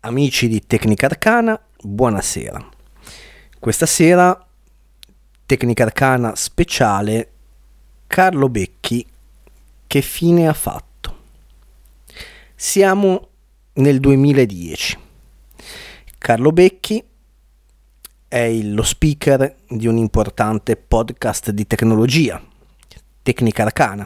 Amici di Tecnica Arcana, buonasera. Questa sera Tecnica Arcana speciale Carlo Becchi, che fine ha fatto? Siamo nel 2010. Carlo Becchi è lo speaker di un importante podcast di tecnologia, Tecnica Arcana.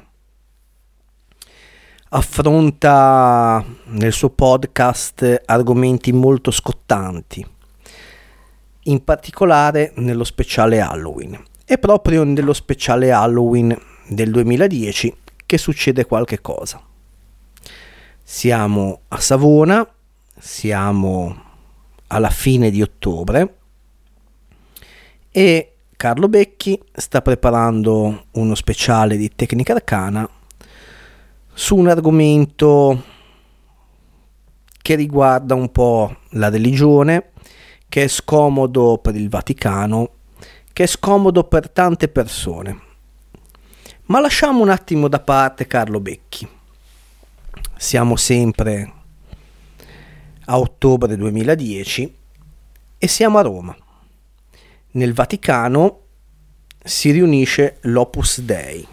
Affronta nel suo podcast argomenti molto scottanti, in particolare nello speciale Halloween. È proprio nello speciale Halloween del 2010 che succede qualche cosa. Siamo a Savona, siamo alla fine di ottobre e Carlo Becchi sta preparando uno speciale di Tecnica Arcana su un argomento che riguarda un po' la religione, che è scomodo per il Vaticano, che è scomodo per tante persone. Ma lasciamo un attimo da parte Carlo Becchi. Siamo sempre a ottobre 2010 e siamo a Roma. Nel Vaticano si riunisce l'Opus Dei.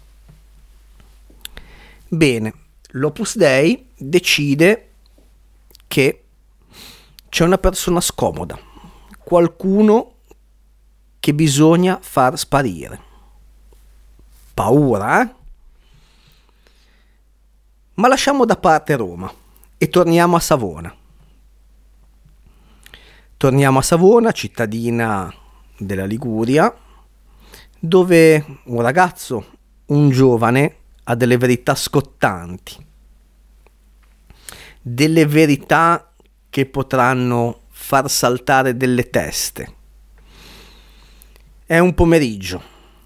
Bene, l'Opus Dei decide che c'è una persona scomoda, qualcuno che bisogna far sparire. Paura, eh? Ma lasciamo da parte Roma e torniamo a Savona. Torniamo a Savona, cittadina della Liguria, dove un ragazzo, un giovane, ha delle verità scottanti, delle verità che potranno far saltare delle teste. È un pomeriggio.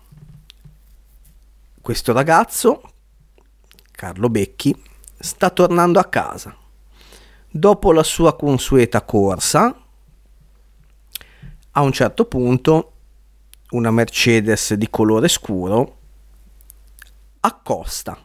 Questo ragazzo, Carlo Becchi, sta tornando a casa. Dopo la sua consueta corsa, a un certo punto, una Mercedes di colore scuro accosta,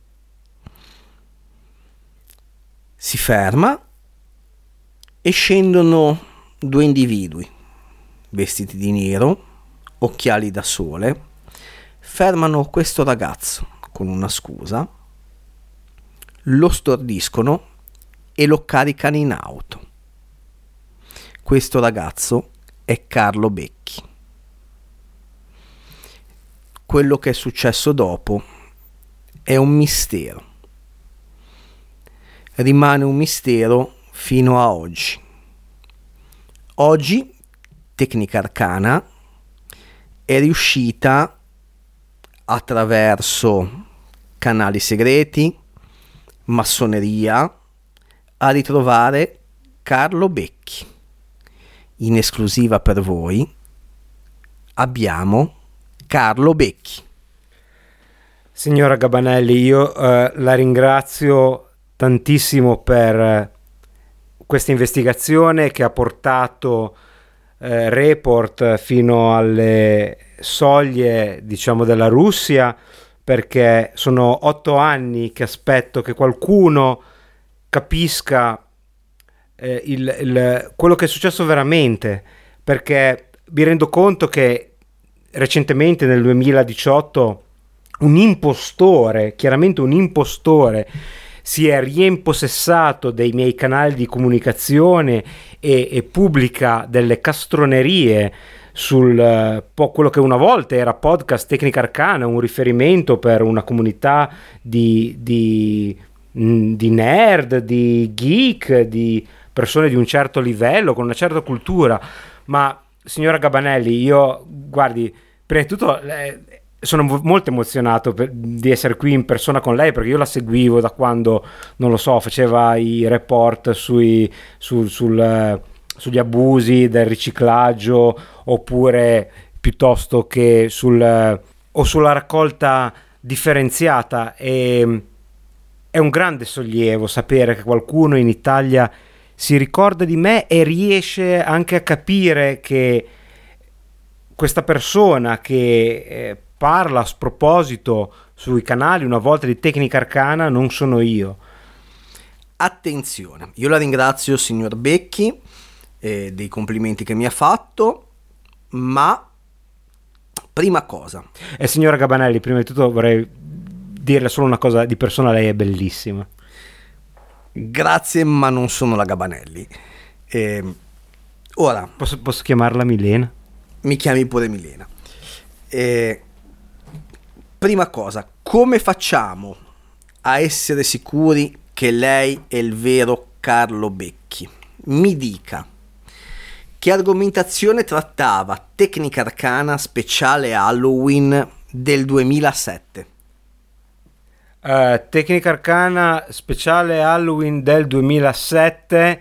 si ferma e scendono due individui vestiti di nero, occhiali da sole, fermano questo ragazzo con una scusa, lo stordiscono e lo caricano in auto. Questo ragazzo è Carlo Becchi. Quello che è successo dopo è un mistero. Rimane un mistero fino a oggi. Oggi Tecnica Arcana è riuscita, attraverso canali segreti, massoneria, a ritrovare Carlo Becchi. In esclusiva per voi abbiamo Carlo Becchi. Signora Gabanelli, io la ringrazio tantissimo per questa investigazione che ha portato Report fino alle soglie, diciamo, della Russia, perché sono 8 anni che aspetto che qualcuno capisca quello che è successo veramente, perché mi rendo conto che recentemente nel 2018 un impostore, chiaramente un impostore, si è riimpossessato dei miei canali di comunicazione e pubblica delle castronerie sul quello che una volta era podcast Tecnica Arcana, un riferimento per una comunità di nerd, di geek, di persone di un certo livello, con una certa cultura. Ma signora Gabanelli, io, guardi, prima di tutto sono molto emozionato di essere qui in persona con lei, perché io la seguivo da quando, non lo so, faceva i report sugli abusi del riciclaggio, oppure piuttosto che sulla raccolta differenziata. E è un grande sollievo sapere che qualcuno in Italia si ricorda di me e riesce anche a capire che questa persona che parla a sproposito sui canali una volta di Tecnica Arcana non sono io. Attenzione, io la ringrazio, signor Becchi, dei complimenti che mi ha fatto, ma prima cosa. Signora Gabanelli, prima di tutto vorrei dirle solo una cosa di persona, lei è bellissima. Grazie, ma non sono la Gabanelli. Ora, Posso chiamarla Milena? mi chiami pure Milena. Prima cosa, come facciamo a essere sicuri che lei è il vero Carlo Becchi? Mi dica, che argomentazione trattava Tecnica Arcana speciale Halloween del 2007? Tecnica Arcana speciale Halloween del 2007.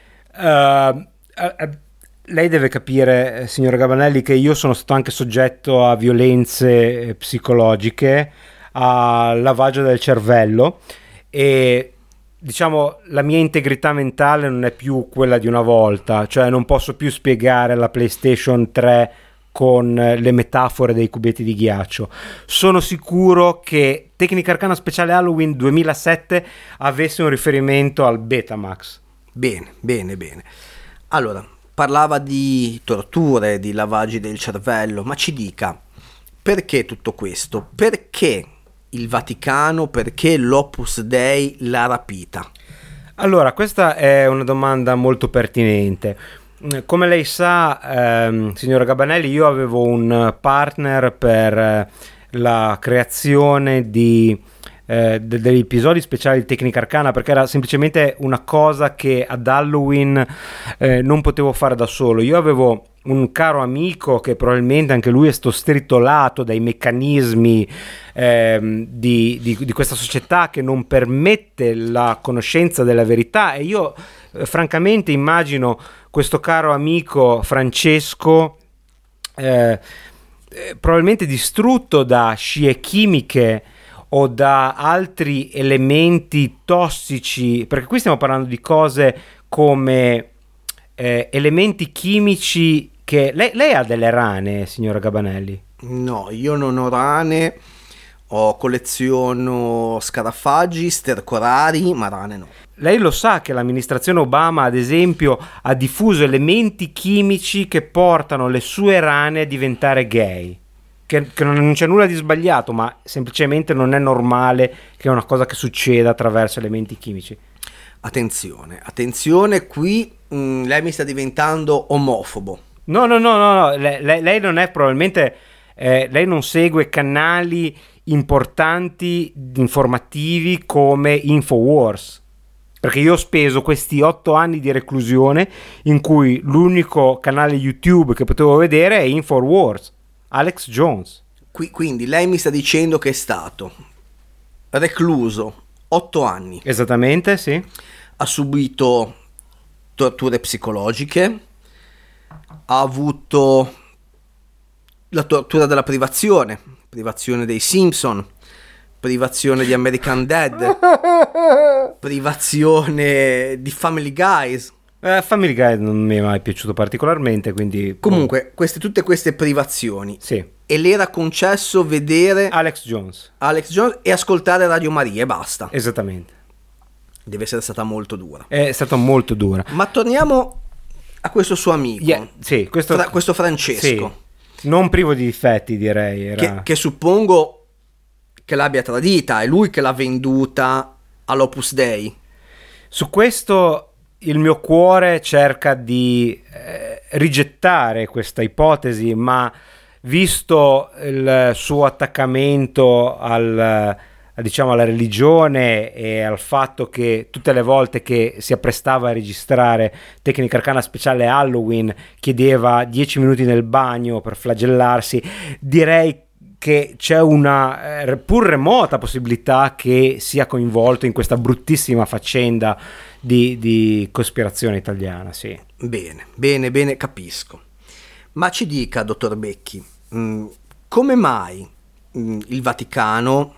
Lei deve capire, signora Gabanelli, che io sono stato anche soggetto a violenze psicologiche, a lavaggio del cervello, e diciamo la mia integrità mentale non è più quella di una volta, cioè non posso più spiegare la PlayStation 3 con le metafore dei cubetti di ghiaccio. Sono sicuro che Tecnica Arcana speciale Halloween 2007 avesse un riferimento al Betamax. Bene. Allora, parlava di torture, di lavaggi del cervello, ma ci dica, perché tutto questo? Perché il Vaticano, perché l'Opus Dei l'ha rapita? Allora, questa è una domanda molto pertinente. Come lei sa, signora Gabanelli, io avevo un partner per la creazione degli episodi speciali di Tecnica Arcana, perché era semplicemente una cosa che ad Halloween non potevo fare da solo. Io avevo un caro amico che probabilmente anche lui è sto stritolato dai meccanismi di questa società che non permette la conoscenza della verità, e io francamente immagino questo caro amico Francesco probabilmente distrutto da scie chimiche o da altri elementi tossici, perché qui stiamo parlando di cose come elementi chimici che... Lei ha delle rane, signora Gabanelli? No, io non ho rane, colleziono scarafaggi, stercorari, ma rane no. Lei lo sa che l'amministrazione Obama, ad esempio, ha diffuso elementi chimici che portano le sue rane a diventare gay? Che non c'è nulla di sbagliato, ma semplicemente non è normale che è una cosa che succeda attraverso elementi chimici. Attenzione, qui lei mi sta diventando omofobo. No, lei non è probabilmente... lei non segue canali importanti informativi come Infowars, perché io ho speso questi 8 anni di reclusione in cui l'unico canale YouTube che potevo vedere è Infowars, Alex Jones. Quindi lei mi sta dicendo che è stato recluso 8 anni. Esattamente, sì. Ha subito torture psicologiche, ha avuto la tortura della privazione dei Simpson, privazione di American Dad, privazione di Family Guys. Family Guy non mi è mai piaciuto particolarmente, quindi... Comunque, tutte queste privazioni. Sì. E le era concesso vedere Alex Jones e ascoltare Radio Maria e basta. Esattamente. Deve essere stata molto dura. È stata molto dura. Ma torniamo a questo suo amico. Sì, questo Francesco. Sì. Non privo di difetti, direi. Era... Che suppongo che l'abbia tradita. È lui che l'ha venduta all'Opus Dei. Su questo il mio cuore cerca di rigettare questa ipotesi, ma visto il suo attaccamento diciamo alla religione e al fatto che tutte le volte che si apprestava a registrare Tecnica Arcana speciale Halloween chiedeva 10 minuti nel bagno per flagellarsi, direi che c'è una pur remota possibilità che sia coinvolto in questa bruttissima faccenda di cospirazione italiana, sì. Bene, capisco. Ma ci dica, dottor Becchi, come mai il Vaticano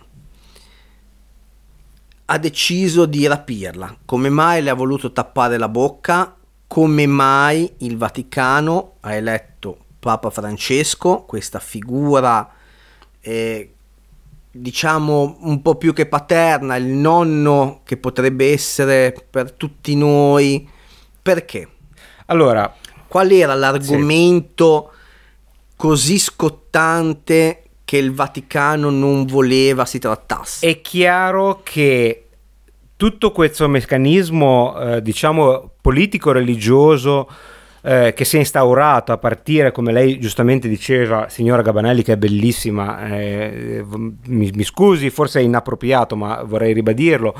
ha deciso di rapirla? Come mai le ha voluto tappare la bocca? Come mai il Vaticano ha eletto Papa Francesco, questa figura diciamo un po' più che paterna, il nonno che potrebbe essere per tutti noi. Perché? Allora, qual era l'argomento così scottante che il Vaticano non voleva si trattasse? È chiaro che tutto questo meccanismo, diciamo, politico-religioso che si è instaurato a partire, come lei giustamente diceva, signora Gabanelli, che è bellissima, mi scusi, forse è inappropriato, ma vorrei ribadirlo,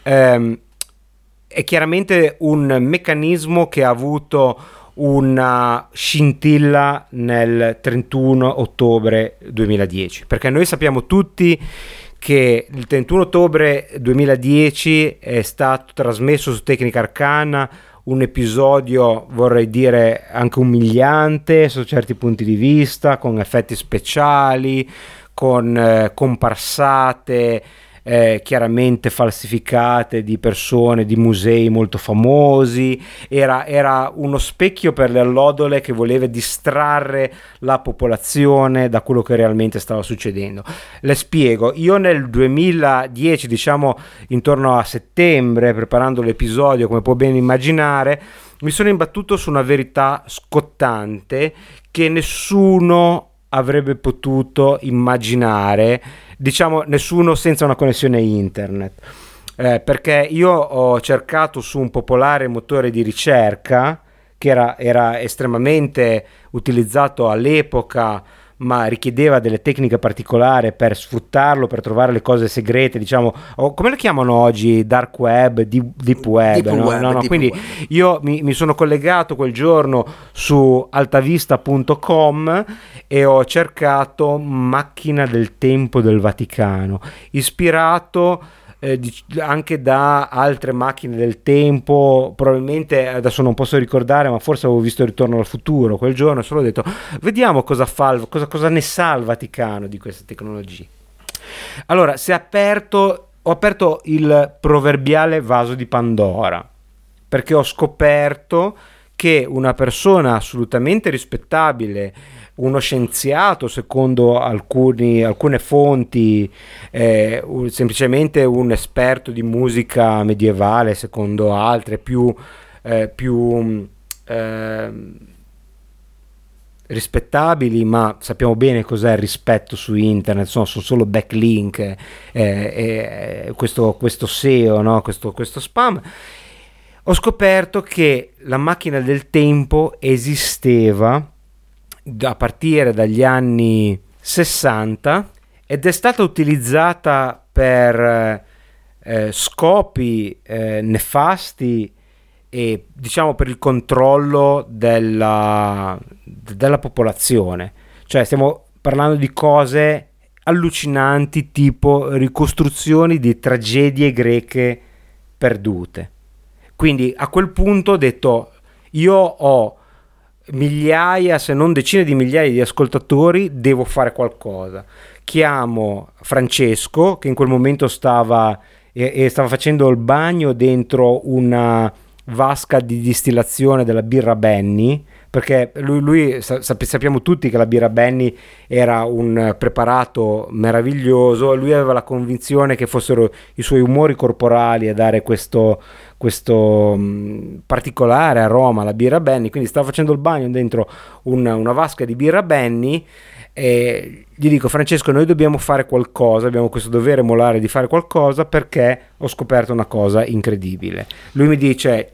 è chiaramente un meccanismo che ha avuto una scintilla nel 31 ottobre 2010, perché noi sappiamo tutti che il 31 ottobre 2010 è stato trasmesso su Tecnica Arcana un episodio, vorrei dire, anche umiliante su certi punti di vista, con effetti speciali, con comparsate chiaramente falsificate di persone, di musei molto famosi. Era uno specchio per le allodole che voleva distrarre la popolazione da quello che realmente stava succedendo. Le spiego: io nel 2010, diciamo intorno a settembre, preparando l'episodio, come può ben immaginare, mi sono imbattuto su una verità scottante che nessuno avrebbe potuto immaginare, diciamo nessuno senza una connessione internet, perché io ho cercato su un popolare motore di ricerca che era estremamente utilizzato all'epoca, ma richiedeva delle tecniche particolari per sfruttarlo, per trovare le cose segrete, diciamo, come lo chiamano oggi, dark web, deep web, deep quindi web. Io mi sono collegato quel giorno su altavista.com e ho cercato macchina del tempo del Vaticano, ispirato anche da altre macchine del tempo. Probabilmente adesso non posso ricordare, ma forse avevo visto Ritorno al futuro quel giorno e solo ho detto vediamo cosa cosa ne sa il Vaticano di queste tecnologie. Allora ho aperto il proverbiale vaso di Pandora, perché ho scoperto che una persona assolutamente rispettabile, uno scienziato secondo alcune fonti, semplicemente un esperto di musica medievale secondo altre, più rispettabili, ma sappiamo bene cos'è il rispetto su internet, sono solo backlink, questo SEO, no? questo spam. Ho scoperto che la macchina del tempo esisteva a partire dagli anni 60 ed è stata utilizzata per scopi nefasti e, diciamo, per il controllo della popolazione. Cioè stiamo parlando di cose allucinanti, tipo ricostruzioni di tragedie greche perdute. Quindi a quel punto ho detto, io ho migliaia, se non decine di migliaia di ascoltatori, devo fare qualcosa. Chiamo Francesco, che in quel momento stava facendo il bagno dentro una vasca di distillazione della birra Benny, perché sappiamo tutti che la birra Benny era un preparato meraviglioso. Lui aveva la convinzione che fossero i suoi umori corporali a dare questo particolare aroma alla birra Benny, quindi stava facendo il bagno dentro una vasca di birra Benny e gli dico: Francesco, noi dobbiamo fare qualcosa, abbiamo questo dovere morale di fare qualcosa, perché ho scoperto una cosa incredibile. Lui mi dice: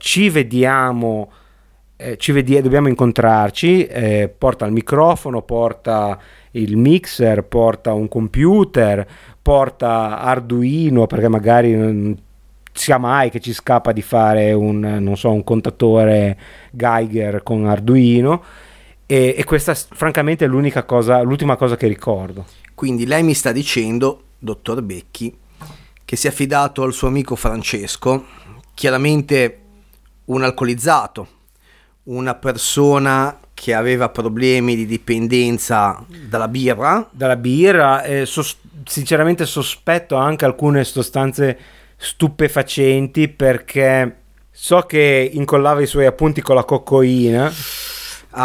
dobbiamo incontrarci, porta il microfono, porta il mixer, porta un computer, porta Arduino, perché magari non sia mai che ci scappa di fare un contatore Geiger con Arduino, e questa francamente è l'ultima cosa che ricordo. Quindi lei mi sta dicendo, dottor Becchi, che si è affidato al suo amico Francesco, chiaramente un alcolizzato, una persona che aveva problemi di dipendenza dalla birra, sinceramente sospetto anche alcune sostanze stupefacenti, perché so che incollava i suoi appunti con la cocaina.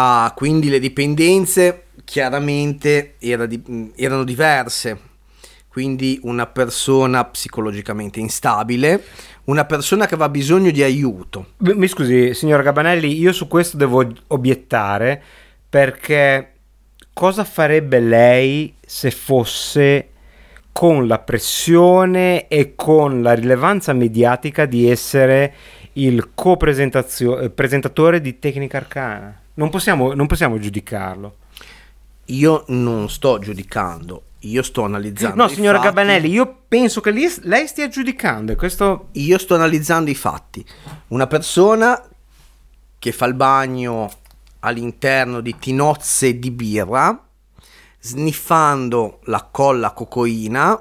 Quindi le dipendenze chiaramente erano diverse. quindi una persona psicologicamente instabile, una persona che aveva bisogno di aiuto. Mi scusi, signor Gabanelli, io su questo devo obiettare, perché cosa farebbe lei se fosse con la pressione e con la rilevanza mediatica di essere il presentatore di Tecnica Arcana? Non possiamo giudicarlo. Io non sto giudicando, io sto analizzando No, i signora fatti. Gabanelli, io penso che lei stia giudicando, e questo... Io sto analizzando i fatti. Una persona che fa il bagno all'interno di tinozze di birra, sniffando la colla cocoina,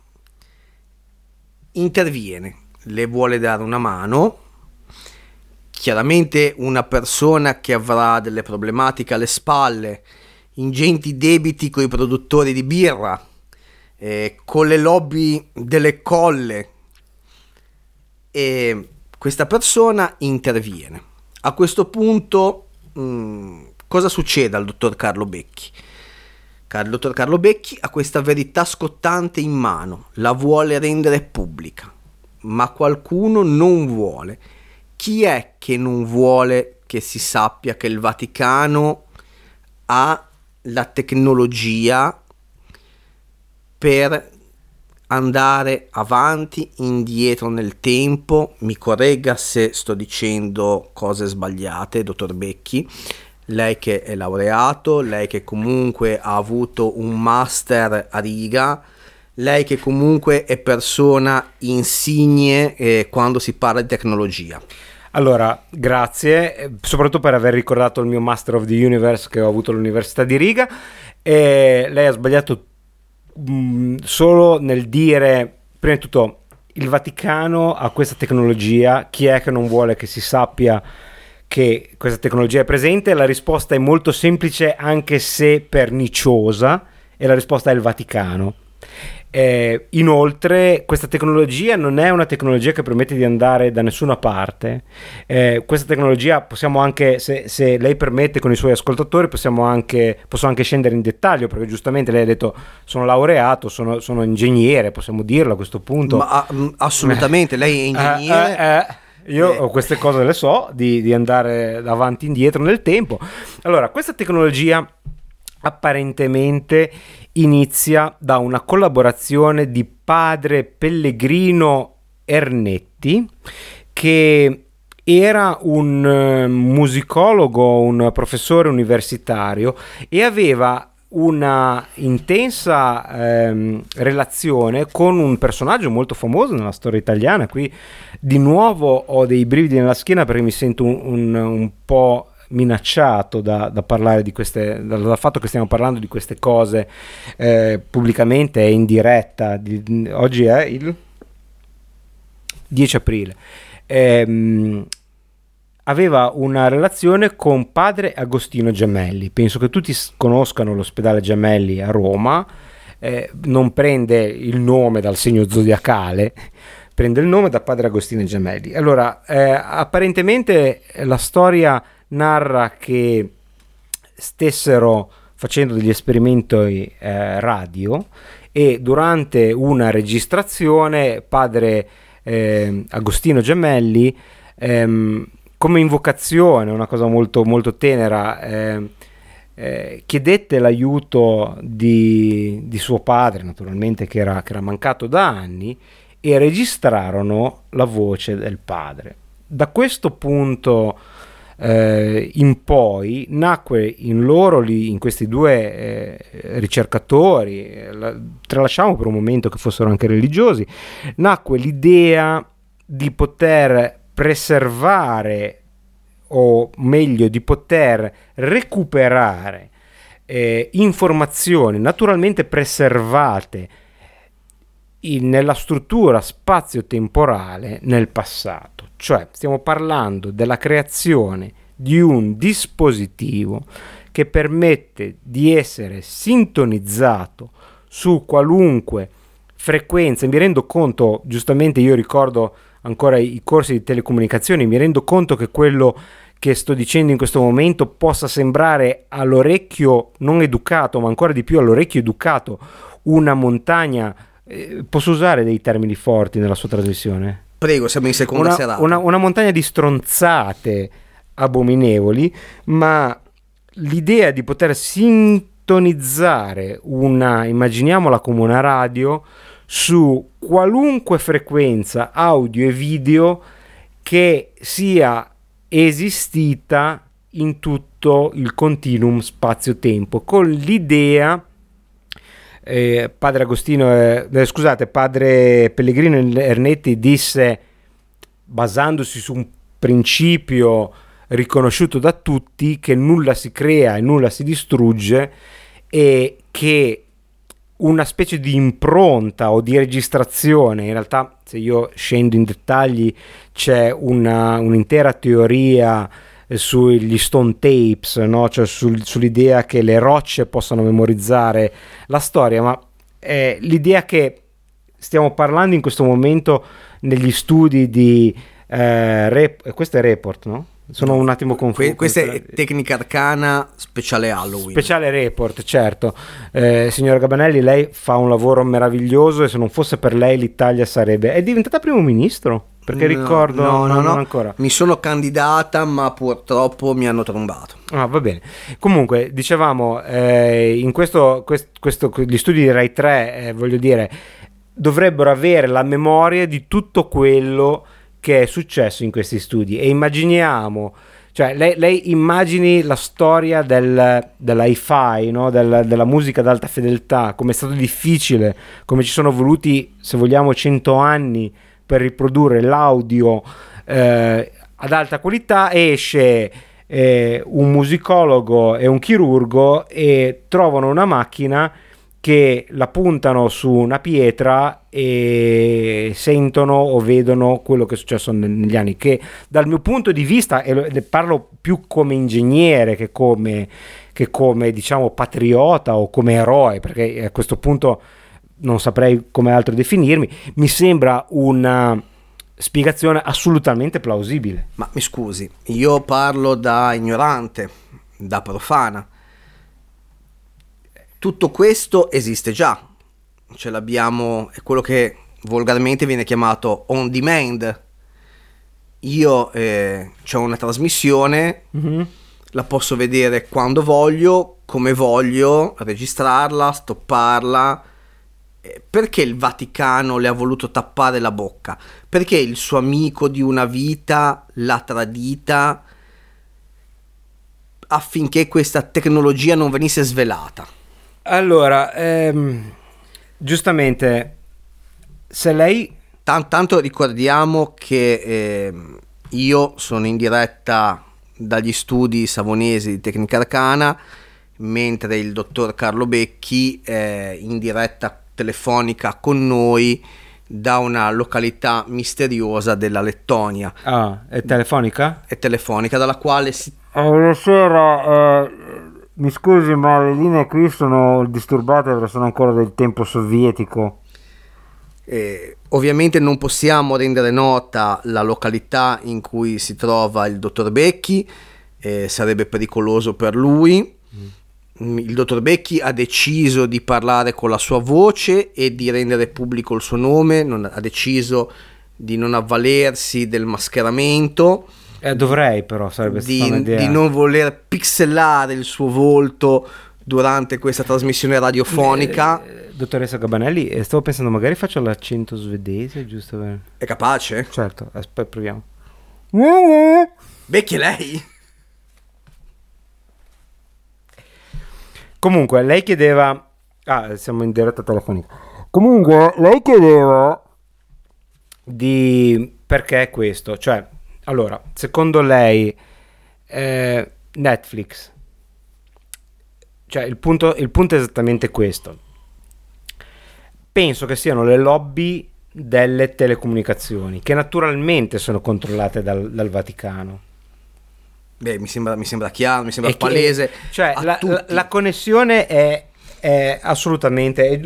interviene, le vuole dare una mano. Chiaramente una persona che avrà delle problematiche alle spalle, ingenti debiti con i produttori di birra, con le lobby delle colle, e questa persona interviene. A questo punto cosa succede al dottor Carlo Becchi? Il dottor Carlo Becchi ha questa verità scottante in mano, la vuole rendere pubblica, ma qualcuno non vuole. Chi è che non vuole che si sappia che il Vaticano ha la tecnologia per andare avanti, indietro nel tempo? Mi corregga se sto dicendo cose sbagliate, dottor Becchi. Lei che è laureato, lei che comunque ha avuto un master a Riga, lei che comunque è persona insigne quando si parla di tecnologia. Allora, grazie, soprattutto per aver ricordato il mio Master of the Universe che ho avuto all'Università di Riga. Lei ha sbagliato solo nel dire, prima di tutto, il Vaticano ha questa tecnologia, chi è che non vuole che si sappia che questa tecnologia è presente? La risposta è molto semplice, anche se perniciosa, e la risposta è il Vaticano. Inoltre questa tecnologia non è una tecnologia che permette di andare da nessuna parte. Questa tecnologia possiamo anche, se lei permette con i suoi ascoltatori, posso anche scendere in dettaglio, perché giustamente lei ha detto sono laureato, sono ingegnere, possiamo dirlo a questo punto. Ma assolutamente, lei è ingegnere. Io queste cose le so, di andare avanti e indietro nel tempo. Allora, questa tecnologia apparentemente inizia da una collaborazione di padre Pellegrino Ernetti, che era un musicologo, un professore universitario, e aveva una intensa relazione con un personaggio molto famoso nella storia italiana. Qui di nuovo ho dei brividi nella schiena, perché mi sento un po' minacciato da parlare di queste, dal fatto che stiamo parlando di queste cose pubblicamente e in diretta. Oggi è il 10 aprile. Aveva una relazione con padre Agostino Gemelli. Penso che tutti conoscano l'ospedale Gemelli a Roma. Non prende il nome dal segno zodiacale, prende il nome da padre Agostino Gemelli. Allora, apparentemente la storia narra che stessero facendo degli esperimenti radio, e durante una registrazione padre Agostino Gemelli, come invocazione, una cosa molto, molto tenera, chiedette l'aiuto di suo padre, naturalmente, che era mancato da anni, e registrarono la voce del padre. Da questo punto in poi nacque in questi due ricercatori, tralasciamo per un momento che fossero anche religiosi, nacque l'idea di poter preservare, o meglio di poter recuperare informazioni naturalmente preservate nella struttura spazio-temporale nel passato. Cioè stiamo parlando della creazione di un dispositivo che permette di essere sintonizzato su qualunque frequenza. Mi rendo conto, giustamente, io ricordo ancora i corsi di telecomunicazioni, mi rendo conto che quello che sto dicendo in questo momento possa sembrare all'orecchio non educato, ma ancora di più all'orecchio educato, una montagna posso usare dei termini forti nella sua trasmissione? Prego, siamo in seconda serata. Una montagna di stronzate abominevoli, ma l'idea di poter sintonizzare immaginiamola come una radio, su qualunque frequenza audio e video che sia esistita in tutto il continuum spazio-tempo, con l'idea padre Pellegrino Ernetti disse, basandosi su un principio riconosciuto da tutti, che nulla si crea e nulla si distrugge, e che una specie di impronta o di registrazione, in realtà se io scendo in dettagli c'è un'intera teoria sugli stone tapes, no? Cioè sull'idea che le rocce possano memorizzare la storia, ma l'idea che stiamo parlando in questo momento negli studi di questo è Report, no? Sono un attimo confuso. Questa è Tecnica Arcana speciale Halloween. Speciale Report, certo. Signora Gabanelli, lei fa un lavoro meraviglioso e se non fosse per lei l'Italia è diventata primo ministro. Perché ricordo non ancora. Mi sono candidata, ma purtroppo mi hanno trombato. Ah, va bene. Comunque, dicevamo, in questo gli studi di Rai 3, voglio dire, dovrebbero avere la memoria di tutto quello che è successo in questi studi. E immaginiamo, cioè lei immagini la storia dell'hi-fi, no? Della musica ad alta fedeltà, come è stato difficile, come ci sono voluti, se vogliamo, 100 anni per riprodurre l'audio ad alta qualità. Esce un musicologo e un chirurgo e trovano una macchina che la puntano su una pietra e sentono o vedono quello che è successo negli anni, che dal mio punto di vista, e parlo più come ingegnere che come diciamo patriota o come eroe, perché a questo punto non saprei come altro definirmi, mi sembra una spiegazione assolutamente plausibile. Ma mi scusi, io parlo da ignorante, da profana. Tutto questo esiste già, ce l'abbiamo, è quello che volgarmente viene chiamato on demand. Io c'ho una trasmissione, la posso vedere quando voglio, come voglio, registrarla, stopparla. Perché il Vaticano le ha voluto tappare la bocca? Perché il suo amico di una vita l'ha tradita affinché questa tecnologia non venisse svelata? Allora, giustamente, se lei... Tanto ricordiamo che io sono in diretta dagli studi savonesi di Tecnica Arcana, mentre il dottor Carlo Becchi è in diretta telefonica con noi da una località misteriosa della Lettonia. Ah, è telefonica? È telefonica, dalla quale si... Buonasera, mi scusi, ma le linee qui sono disturbate perché sono ancora del tempo sovietico. Ovviamente non possiamo rendere nota la località in cui si trova il dottor Becchi, sarebbe pericoloso per lui. Il dottor Becchi ha deciso di parlare con la sua voce e di rendere pubblico il suo nome, ha deciso di non avvalersi del mascheramento. Dovrei, però sarebbe stata un'idea. Di non voler pixelare il suo volto durante questa trasmissione radiofonica. Dottoressa Gabanelli, stavo pensando magari faccio l'accento svedese, giusto? È capace? Certo, aspetta, proviamo. Becchi, lei? Comunque, lei chiedeva... Ah, siamo in diretta telefonica. Comunque, lei chiedeva di... Perché questo? Cioè, allora, secondo lei Netflix... Cioè, il punto è esattamente questo. Penso che siano le lobby delle telecomunicazioni, che naturalmente sono controllate dal Vaticano. Beh, mi sembra chiaro, mi sembra palese. Cioè, la connessione è assolutamente...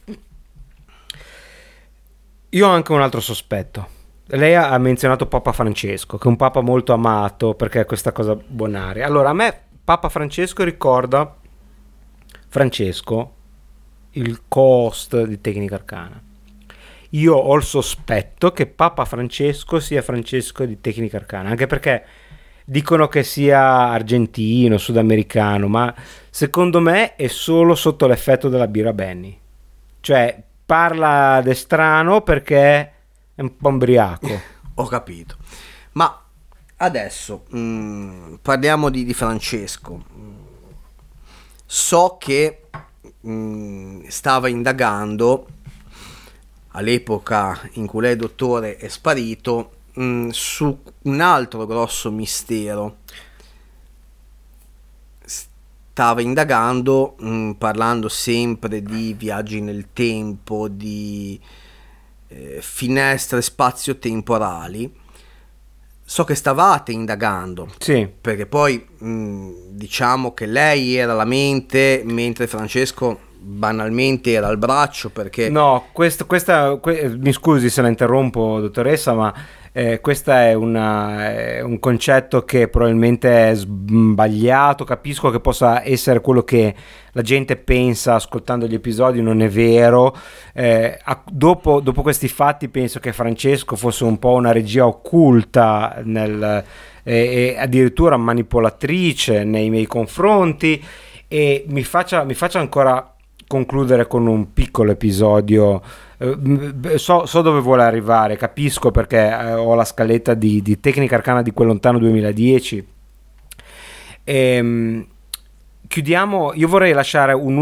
Io ho anche un altro sospetto. Lei ha menzionato Papa Francesco, che è un papa molto amato perché è questa cosa bonaria. Allora, a me Papa Francesco ricorda Francesco, il co-host di Tecnica Arcana. io ho il sospetto che Papa Francesco sia Francesco di Tecnica Arcana, anche perché dicono che sia argentino, sudamericano, ma secondo me è solo sotto l'effetto della birra Benny. Cioè, parla de strano perché è un po' ubriaco. Ho capito. Ma adesso parliamo di Francesco. So che stava indagando all'epoca in cui lei dottore è sparito su un altro grosso mistero. Stava indagando, parlando sempre di viaggi nel tempo, di finestre spazio-temporali. So che stavate indagando, Sì. perché poi diciamo che lei era la mente, mentre Francesco banalmente era il braccio, perché No, mi scusi se la interrompo, dottoressa, ma questo è un concetto che probabilmente è sbagliato. Capisco che possa essere quello che la gente pensa ascoltando gli episodi, non è vero. Dopo questi fatti penso che Francesco fosse un po' una regia occulta e addirittura manipolatrice nei miei confronti, e mi faccia ancora concludere con un piccolo episodio. So dove vuole arrivare, capisco, perché ho la scaletta di Tecnica Arcana di quel lontano 2010. Chiudiamo. Io vorrei lasciare un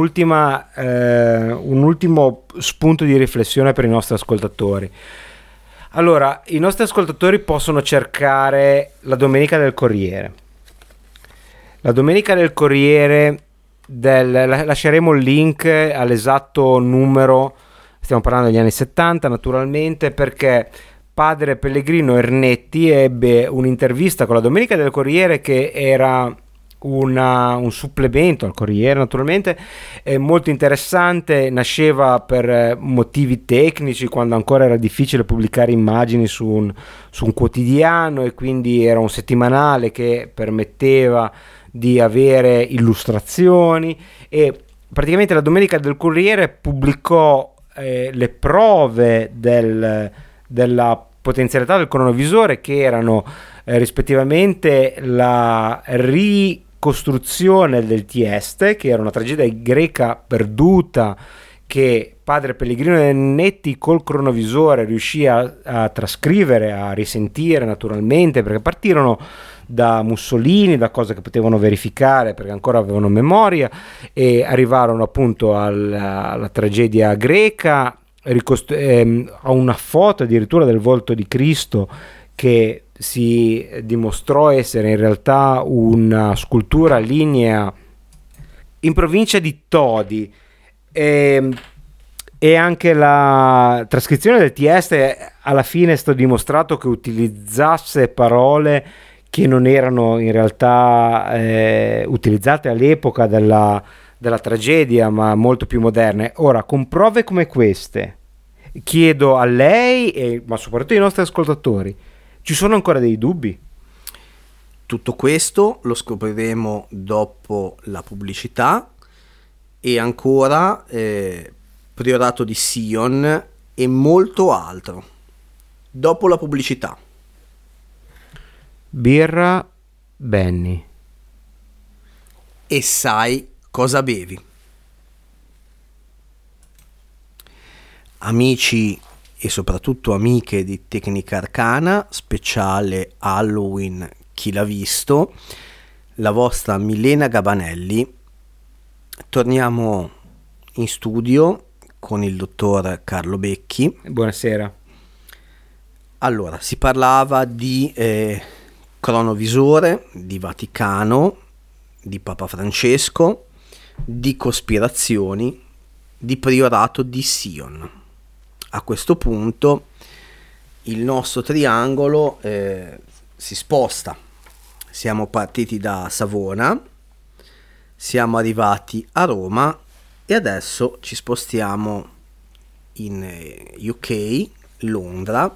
ultimo spunto di riflessione per i nostri ascoltatori. Allora, i nostri ascoltatori possono cercare la Domenica del Corriere. La Domenica del Corriere lasceremo il link all'esatto numero, stiamo parlando degli anni 70 naturalmente, perché padre Pellegrino Ernetti ebbe un'intervista con la Domenica del Corriere, che era un supplemento al Corriere naturalmente, molto interessante. Nasceva per motivi tecnici, quando ancora era difficile pubblicare immagini su un quotidiano, e quindi era un settimanale che permetteva di avere illustrazioni, e praticamente la Domenica del Corriere pubblicò le prove della potenzialità del cronovisore, che erano rispettivamente la ricostruzione del Tieste, che era una tragedia greca perduta, che padre Pellegrino Ernetti col cronovisore riuscì a trascrivere, a risentire naturalmente, perché partirono da Mussolini, da cose che potevano verificare perché ancora avevano memoria, e arrivarono appunto alla tragedia greca, a una foto addirittura del volto di Cristo, che si dimostrò essere in realtà una scultura lignea in provincia di Todi, e anche la trascrizione del Tieste alla fine è stato dimostrato che utilizzasse parole che non erano in realtà utilizzate all'epoca della tragedia, ma molto più moderne. Ora, con prove come queste, chiedo a lei, ma soprattutto ai nostri ascoltatori, ci sono ancora dei dubbi? Tutto questo lo scopriremo dopo la pubblicità, e ancora Priorato di Sion e molto altro dopo la pubblicità. Birra Benny. E sai cosa bevi? Amici e soprattutto amiche di Tecnica Arcana, speciale Halloween Chi l'ha visto, la vostra Milena Gabanelli. Torniamo in studio con il dottor Carlo Becchi. Buonasera. Allora, si parlava di cronovisore, di Vaticano, di Papa Francesco, di cospirazioni, di Priorato di Sion. A questo punto il nostro triangolo si sposta. Siamo partiti da Savona, siamo arrivati a Roma e adesso ci spostiamo in UK, Londra,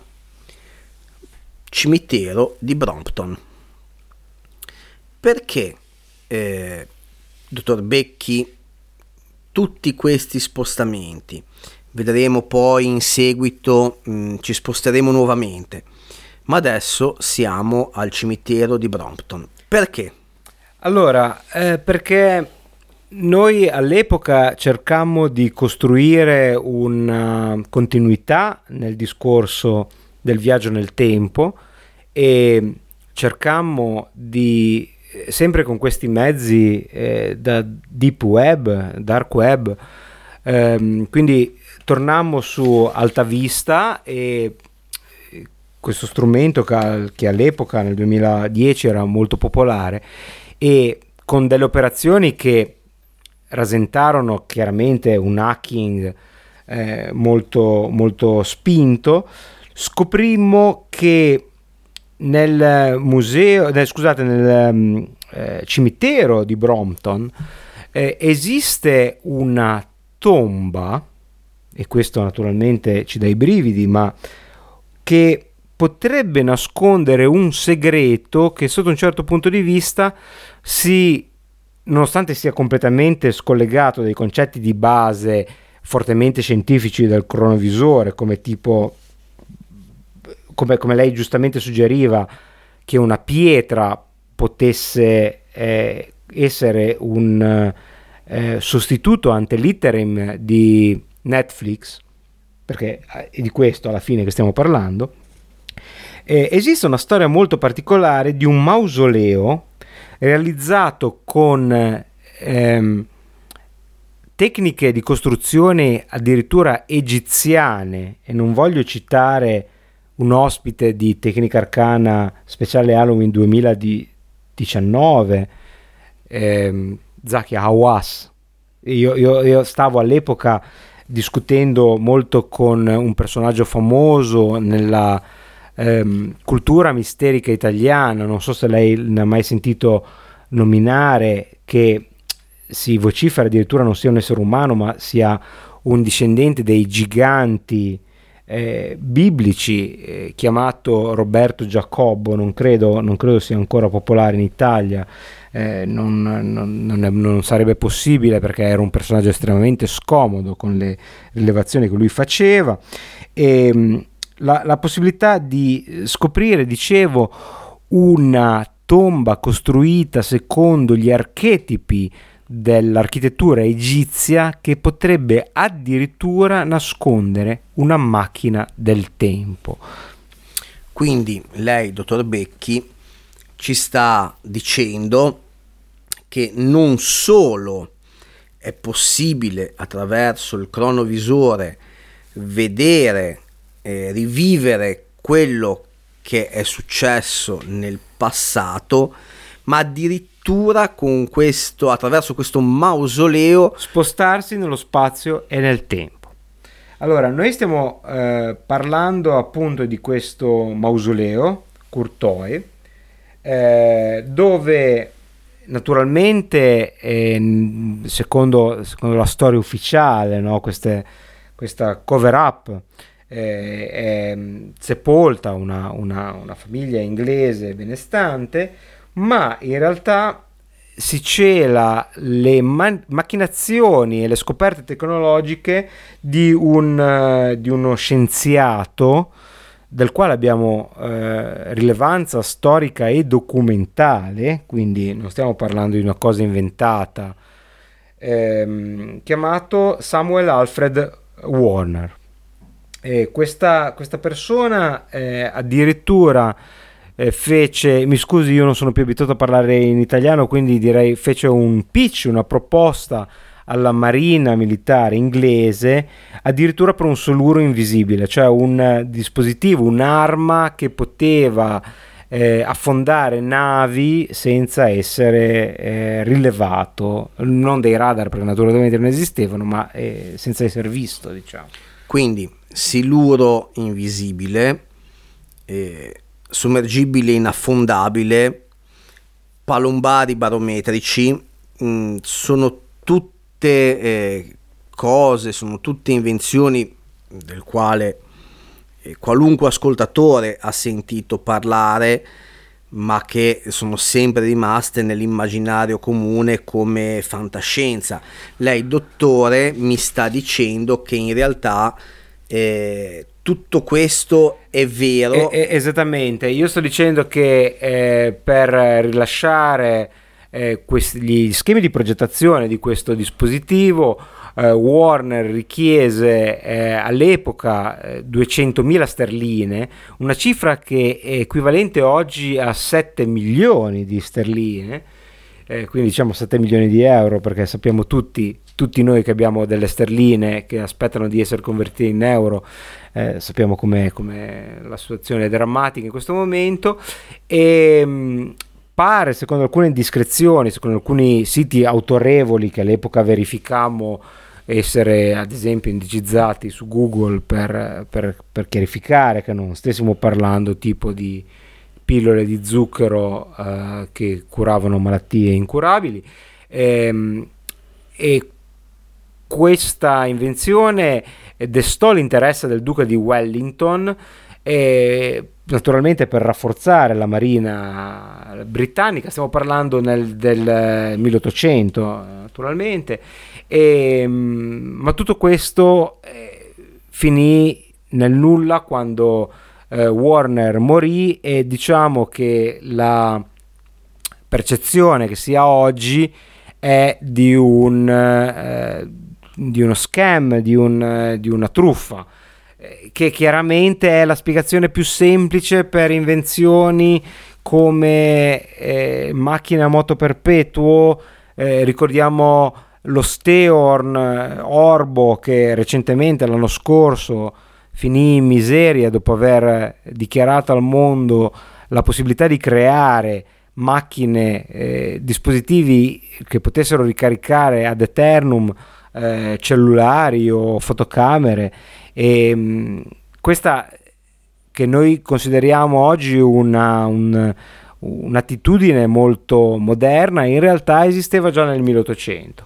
cimitero di Brompton. Perché, dottor Becchi, tutti questi spostamenti? vedremo poi in seguito, ci sposteremo nuovamente, ma adesso siamo al cimitero di Brompton. Perché? Allora, perché noi all'epoca cercammo di costruire una continuità nel discorso del viaggio nel tempo e cercammo di, sempre con questi mezzi da deep web, dark web, quindi tornammo su Alta Vista e questo strumento che all'epoca, nel 2010, era molto popolare, e con delle operazioni che rasentarono chiaramente un hacking molto, molto spinto, scoprimmo che nel museo, nel cimitero di Brompton esiste una tomba, e questo naturalmente ci dà i brividi, ma che potrebbe nascondere un segreto che sotto un certo punto di vista nonostante sia completamente scollegato dai concetti di base fortemente scientifici del cronovisore, come lei giustamente suggeriva, che una pietra potesse essere un sostituto ante litteram di Netflix, perché è di questo alla fine che stiamo parlando. Esiste una storia molto particolare di un mausoleo realizzato con tecniche di costruzione addirittura egiziane, e non voglio citare un ospite di Tecnica Arcana speciale Halloween 2019, Zaki Hawass. Io stavo all'epoca discutendo molto con un personaggio famoso nella cultura misterica italiana, non so se lei ne ha mai sentito nominare, che si vocifera addirittura non sia un essere umano ma sia un discendente dei giganti biblici, chiamato Roberto Giacobbo. Non credo sia ancora popolare in Italia, non sarebbe possibile perché era un personaggio estremamente scomodo con le rilevazioni che lui faceva, e la possibilità di scoprire, dicevo, una tomba costruita secondo gli archetipi dell'architettura egizia che potrebbe addirittura nascondere una macchina del tempo. Quindi lei, dottor Becchi, ci sta dicendo che non solo è possibile attraverso il cronovisore vedere, rivivere quello che è successo nel passato, ma addirittura con attraverso questo mausoleo spostarsi nello spazio e nel tempo. Allora, noi stiamo parlando appunto di questo mausoleo Courtois, dove naturalmente secondo la storia ufficiale, no, questa cover up è sepolta una famiglia inglese benestante, ma in realtà si cela le macchinazioni e le scoperte tecnologiche di uno scienziato del quale abbiamo rilevanza storica e documentale, quindi non stiamo parlando di una cosa inventata, chiamato Samuel Alfred Warner. Questa persona addirittura fece, mi scusi, io non sono più abituato a parlare in italiano, quindi direi fece un pitch, una proposta alla marina militare inglese, addirittura per un soluro invisibile, cioè un dispositivo, un'arma che poteva affondare navi senza essere rilevato, non dei radar perché naturalmente non esistevano, ma senza essere visto, diciamo. Quindi siluro invisibile, sommergibile inaffondabile, palombari barometrici, sono tutte cose, sono tutte invenzioni del quale qualunque ascoltatore ha sentito parlare, ma che sono sempre rimaste nell'immaginario comune come fantascienza. Lei, dottore, mi sta dicendo che in realtà tutto questo è vero. Esattamente, io sto dicendo che per rilasciare gli schemi di progettazione di questo dispositivo, Warner richiese all'epoca 200.000 sterline, una cifra che è equivalente oggi a 7 milioni di sterline, quindi diciamo 7 milioni di euro, perché sappiamo tutti noi che abbiamo delle sterline che aspettano di essere convertite in euro, sappiamo come la situazione è drammatica in questo momento. E pare, secondo alcune indiscrezioni, secondo alcuni siti autorevoli che all'epoca verificammo essere ad esempio indicizzati su Google per chiarificare che non stessimo parlando tipo di pillole di zucchero che curavano malattie incurabili, e questa invenzione destò l'interesse del duca di Wellington, e naturalmente per rafforzare la marina britannica. Stiamo parlando del 1800 naturalmente, ma tutto questo finì nel nulla quando Warner morì, e diciamo che la percezione che si ha oggi è di uno scam, di una truffa, che chiaramente è la spiegazione più semplice per invenzioni come macchine a moto perpetuo. Ricordiamo lo Steorn Orbo, che recentemente, l'anno scorso, finì in miseria dopo aver dichiarato al mondo la possibilità di creare macchine, dispositivi che potessero ricaricare ad eternum cellulari o fotocamere. E questa, che noi consideriamo oggi un'attitudine molto moderna, in realtà esisteva già nel 1800.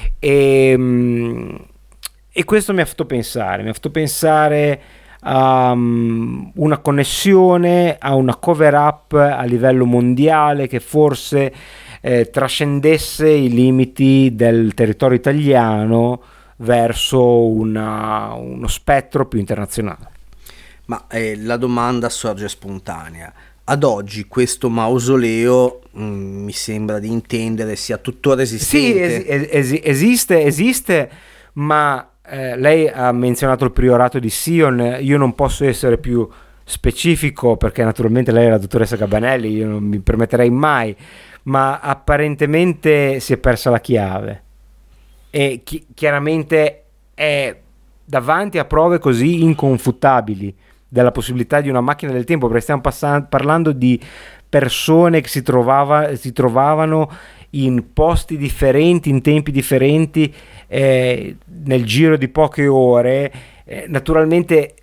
E questo mi ha fatto pensare a una connessione, a una cover up a livello mondiale che forse trascendesse i limiti del territorio italiano verso uno spettro più internazionale. Ma la domanda sorge spontanea: ad oggi questo mausoleo mi sembra di intendere sia tuttora esistente? Sì, esiste, ma lei ha menzionato il priorato di Sion. Io non posso essere più specifico perché naturalmente lei è la dottoressa Gabanelli, io non mi permetterei mai, ma apparentemente si è persa la chiave, e chiaramente è davanti a prove così inconfutabili della possibilità di una macchina del tempo, perché stiamo parlando di persone che si trovavano in posti differenti, in tempi differenti, nel giro di poche ore. Naturalmente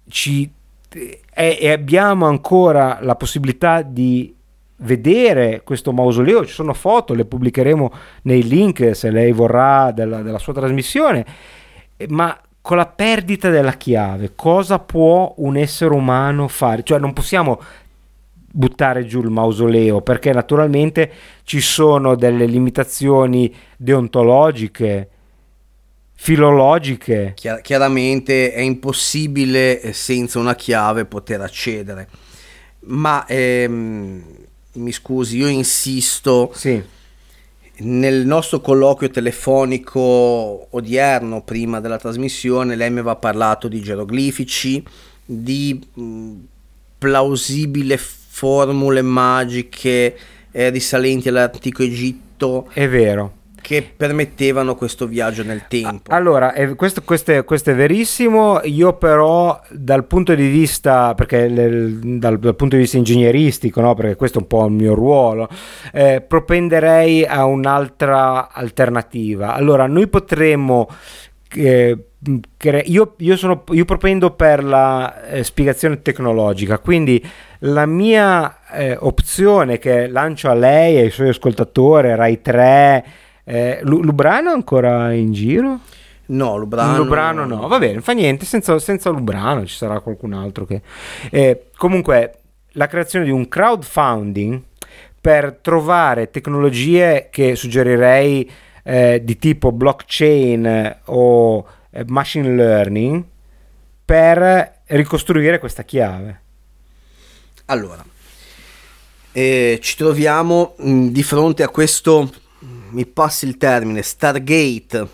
abbiamo ancora la possibilità di vedere questo mausoleo. Ci sono foto, le pubblicheremo nei link se lei vorrà della sua trasmissione, ma con la perdita della chiave cosa può un essere umano fare? Cioè non possiamo buttare giù il mausoleo, perché naturalmente ci sono delle limitazioni deontologiche, filologiche. Chiaramente è impossibile senza una chiave poter accedere, ma mi scusi, io insisto. Sì. Nel nostro colloquio telefonico odierno, prima della trasmissione, lei mi aveva parlato di geroglifici, di plausibili formule magiche risalenti all'antico Egitto. È vero. Che permettevano questo viaggio nel tempo. Allora, questo è verissimo. Io però dal punto di vista, perché dal punto di vista ingegneristico, no? Perché questo è un po' il mio ruolo, propenderei a un'altra alternativa. Allora, noi potremmo io propendo per la spiegazione tecnologica, quindi la mia opzione che lancio a lei e ai suoi ascoltatori, Rai 3, Lubrano è ancora in giro? No, Lubrano no, va bene, fa niente, senza Lubrano ci sarà qualcun altro che... comunque la creazione di un crowdfunding per trovare tecnologie che suggerirei di tipo blockchain o machine learning per ricostruire questa chiave. Allora, ci troviamo di fronte a questo, mi passi il termine, Stargate.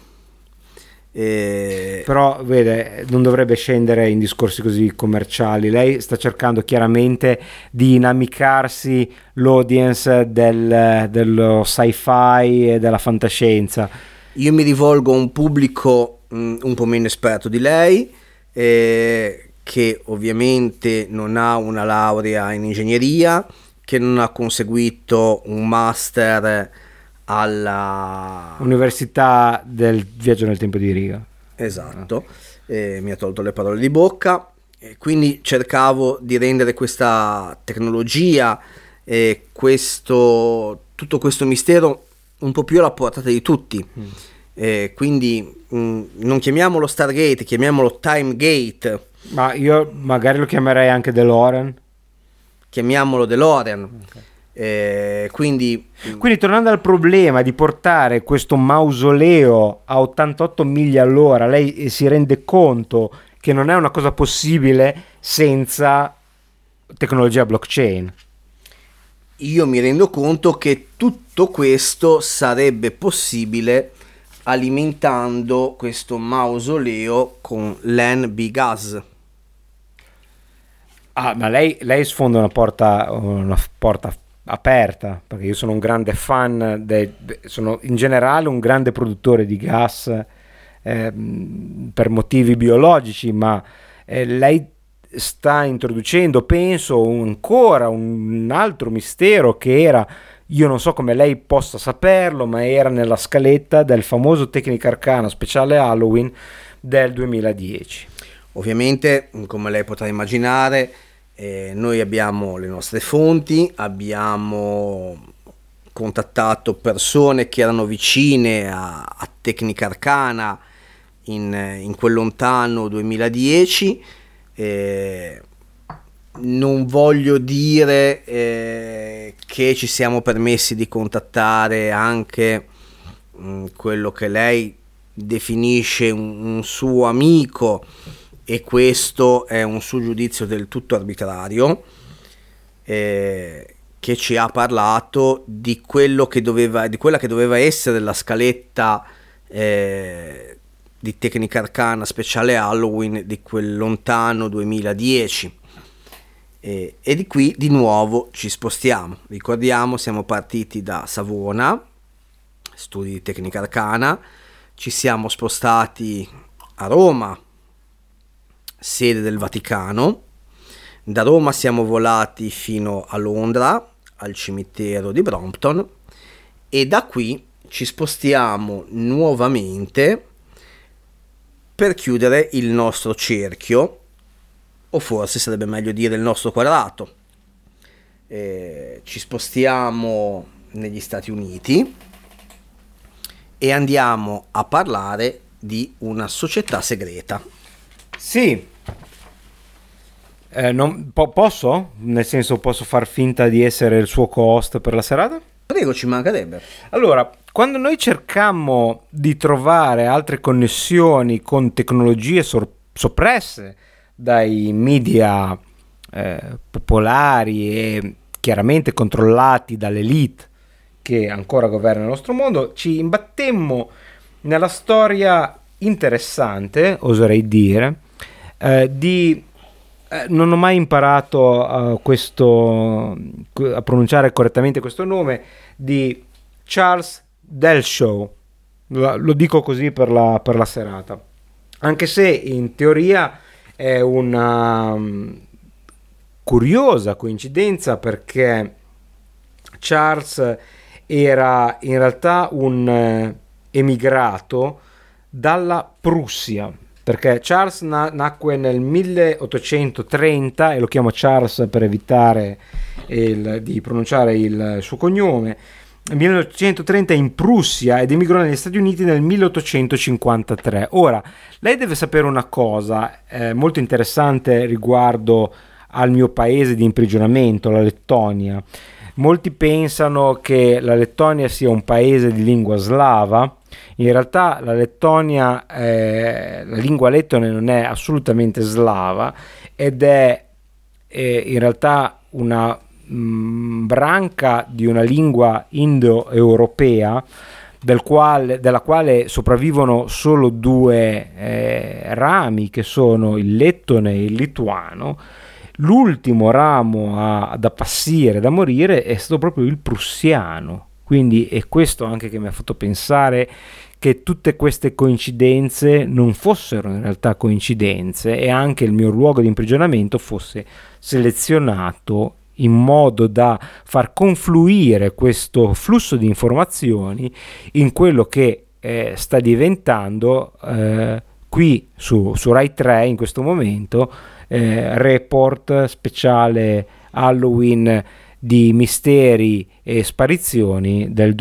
Però vede, non dovrebbe scendere in discorsi così commerciali. Lei sta cercando chiaramente di inamicarsi l'audience dello sci-fi e della fantascienza. Io mi rivolgo a un pubblico un po' meno esperto di lei, che ovviamente non ha una laurea in ingegneria, che non ha conseguito un master alla Università del Viaggio nel tempo di Riga. Esatto, mi ha tolto le parole di bocca, quindi cercavo di rendere questa tecnologia e tutto questo mistero un po' più alla portata di tutti. Quindi non chiamiamolo Stargate, chiamiamolo Timegate. Ma io magari lo chiamerei anche DeLorean. Chiamiamolo DeLorean. Quindi tornando al problema di portare questo mausoleo a 88 miglia all'ora, lei si rende conto che non è una cosa possibile senza tecnologia blockchain. Io mi rendo conto che tutto questo sarebbe possibile alimentando questo mausoleo con l'NB-gas. Ma lei sfonda una porta aperta, perché io sono un grande fan, sono in generale un grande produttore di gas per motivi biologici, ma lei sta introducendo, penso, ancora un altro mistero che era, io non so come lei possa saperlo, ma era nella scaletta del famoso Tecnica Arcana speciale Halloween del 2010. Ovviamente, come lei potrà immaginare, noi abbiamo le nostre fonti, abbiamo contattato persone che erano vicine a Tecnica Arcana in quel lontano 2010. Non voglio dire che ci siamo permessi di contattare anche quello che lei definisce un suo amico, e questo è un suo giudizio del tutto arbitrario, che ci ha parlato di quella che doveva essere la scaletta di Tecnica Arcana speciale Halloween di quel lontano 2010. E di qui di nuovo ci spostiamo. Ricordiamo, siamo partiti da Savona, studi di Tecnica Arcana, ci siamo spostati a Roma, sede del Vaticano. Da Roma siamo volati fino a Londra, al cimitero di Brompton, e da qui ci spostiamo nuovamente per chiudere il nostro cerchio, o forse sarebbe meglio dire il nostro quadrato. Ci spostiamo negli Stati Uniti e andiamo a parlare di una società segreta. Sì. Posso? Nel senso, posso far finta di essere il suo co-host per la serata? Prego, ci mancherebbe. Allora, quando noi cercammo di trovare altre connessioni con tecnologie soppresse dai media popolari e chiaramente controllati dall'elite che ancora governa il nostro mondo, ci imbattemmo nella storia interessante, oserei dire, non ho mai imparato a pronunciare correttamente questo nome, di Charles Delshaw. Lo dico così per la serata, anche se in teoria è una curiosa coincidenza, perché Charles era in realtà un emigrato dalla Prussia, perché Charles nacque nel 1830, e lo chiamo Charles per evitare di pronunciare il suo cognome, nel 1830 in Prussia, ed emigrò negli Stati Uniti nel 1853. Ora, lei deve sapere una cosa molto interessante riguardo al mio paese di imprigionamento, la Lettonia. Molti pensano che la Lettonia sia un paese di lingua slava. In realtà la Lettonia, la lingua lettone non è assolutamente slava ed è in realtà una branca di una lingua indoeuropea della quale sopravvivono solo due rami, che sono il lettone e il lituano. L'ultimo ramo ad appassire, da morire, è stato proprio il prussiano. Quindi è questo anche che mi ha fatto pensare che tutte queste coincidenze non fossero in realtà coincidenze, e anche il mio luogo di imprigionamento fosse selezionato in modo da far confluire questo flusso di informazioni in quello che sta diventando qui su Rai 3 in questo momento, report speciale Halloween di misteri e sparizioni del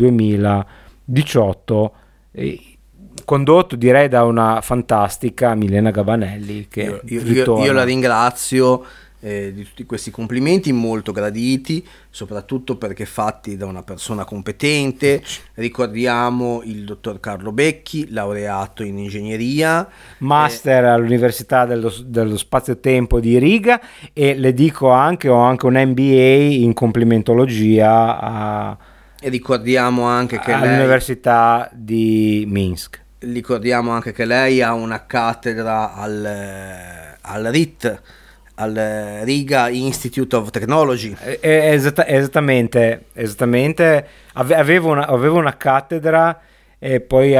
2018, condotto direi da una fantastica Milena Gabanelli, che io la ringrazio di tutti questi complimenti molto graditi, soprattutto perché fatti da una persona competente. Ricordiamo il dottor Carlo Becchi, laureato in ingegneria, master all'Università dello Spazio-Tempo di Riga, e le dico anche ho anche un MBA in complimentologia e ricordiamo anche che all'Università di Minsk. Ricordiamo anche che lei ha una cattedra al RIT, al Riga Institute of Technology. Esattamente. Avevo una cattedra, e poi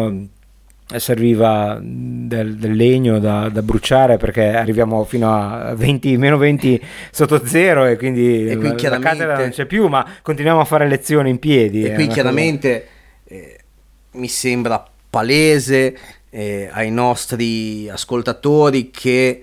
serviva del legno da bruciare, perché arriviamo fino a meno 20 sotto zero, e quindi la cattedra non c'è più, ma continuiamo a fare lezioni in piedi. E qui chiaramente mi sembra palese ai nostri ascoltatori che